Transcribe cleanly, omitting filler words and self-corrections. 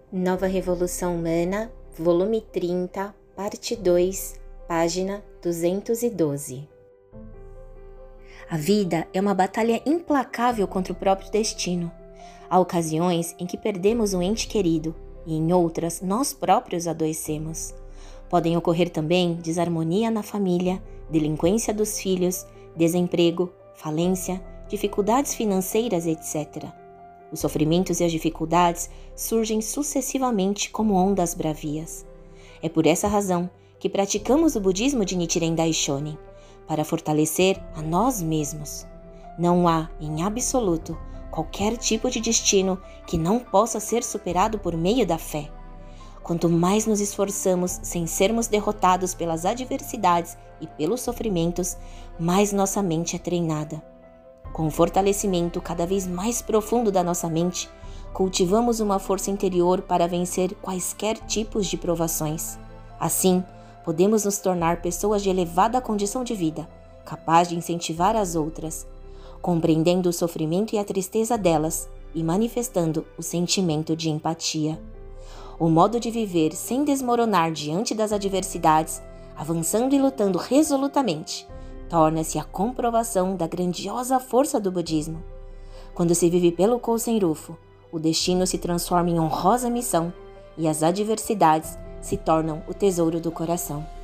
Nova Revolução Humana, volume 30, parte 2, página 212. A vida é uma batalha implacável contra o próprio destino. Há ocasiões em que perdemos um ente querido e em outras nós próprios adoecemos. Podem ocorrer também desarmonia na família, delinquência dos filhos, desemprego, falência, dificuldades financeiras, etc. Os sofrimentos e as dificuldades surgem sucessivamente como ondas bravias. É por essa razão que praticamos o budismo de Nichiren Daishonin, para fortalecer a nós mesmos. Não há, em absoluto, qualquer tipo de destino que não possa ser superado por meio da fé. Quanto mais nos esforçamos sem sermos derrotados pelas adversidades e pelos sofrimentos, mais nossa mente é treinada. Com o fortalecimento cada vez mais profundo da nossa mente, cultivamos uma força interior para vencer quaisquer tipos de provações. Assim, podemos nos tornar pessoas de elevada condição de vida, capazes de incentivar as outras, compreendendo o sofrimento e a tristeza delas e manifestando o sentimento de empatia. O modo de viver sem desmoronar diante das adversidades, avançando e lutando resolutamente, torna-se a comprovação da grandiosa força do budismo. Quando se vive pelo Kousen Rufu, o destino se transforma em honrosa missão e as adversidades se tornam o tesouro do coração.